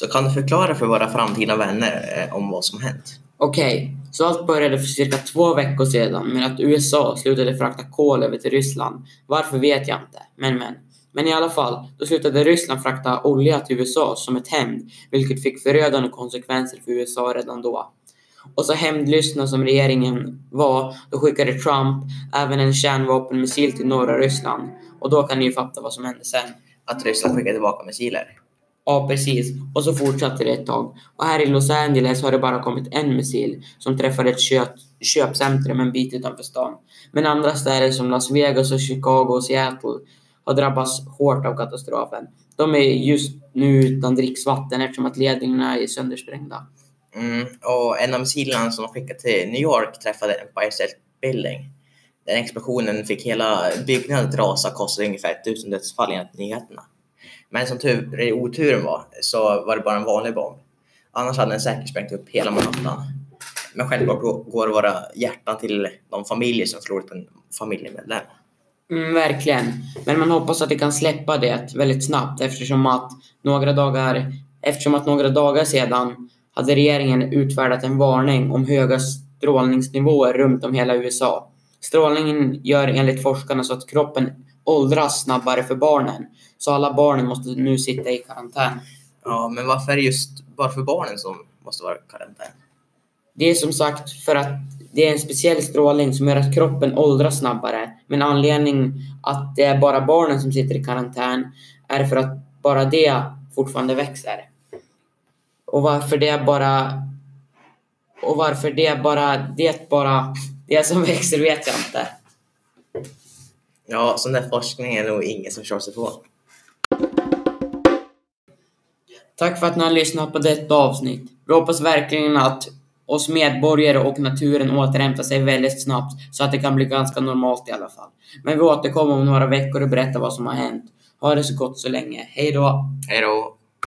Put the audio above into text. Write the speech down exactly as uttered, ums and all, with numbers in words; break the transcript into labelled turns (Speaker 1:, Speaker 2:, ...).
Speaker 1: kan du förklara för våra framtida vänner eh, om vad som hänt?
Speaker 2: Okej, okay, så allt började för cirka två veckor sedan med att U S A slutade frakta kol över till Ryssland. Varför vet jag inte, men men. Men i alla fall, då slutade Ryssland frakta olja till U S A som ett hämnd, vilket fick förödande konsekvenser för U S A redan då. Och så hämndlystna som regeringen var, då skickade Trump även en kärnvapenmissil till norra Ryssland. Och då kan ni ju fatta vad som hände sen.
Speaker 1: Att Ryssland skickade tillbaka missiler?
Speaker 2: Ja, precis. Och så fortsatte det ett tag. Och här i Los Angeles har det bara kommit en missil som träffade ett köp, köpcentrum en bit utanför stan. Men andra städer som Las Vegas och Chicago och Seattle har drabbats hårt av katastrofen. De är just nu utan dricksvatten eftersom att ledningarna är söndersprängda.
Speaker 1: Mm, och en av missilerna som de skickade till New York träffade Empire State Building. Den explosionen fick hela byggnaden rasa och kostade ungefär tusen dödsfall enligt nyheterna. Men som tur, oturen var så var det bara en vanlig bomb. Annars hade den säkert sprängt upp hela Manhattan. Men självklart går våra hjärtan till de familjer som förlorat på en familjemedlem.
Speaker 2: Mm, verkligen. Men man hoppas att det kan släppa det väldigt snabbt eftersom att några dagar, eftersom att några dagar sedan hade regeringen utfärdat en varning om höga strålningsnivåer runt om hela U S A. Strålningen gör enligt forskarna så att kroppen åldras snabbare för barnen. Så alla barnen måste nu sitta i karantän.
Speaker 1: Ja, men varför är det just bara för barnen som måste vara i karantän?
Speaker 2: Det är som sagt för att det är en speciell strålning som gör att kroppen åldras snabbare. Men anledningen att det är bara barnen som sitter i karantän är för att bara det fortfarande växer. Och varför det är bara och varför det är bara det bara det som växer vet jag inte.
Speaker 1: Ja, sån där forskning är nog ingen som kör sig på.
Speaker 2: Tack för att ni har lyssnat på detta avsnitt. Vi hoppas verkligen att oss medborgare och naturen återhämtar sig väldigt snabbt så att det kan bli ganska normalt i alla fall. Men vi återkommer om några veckor och berättar vad som har hänt. Ha det så gott så länge. Hej då!
Speaker 1: Hej då!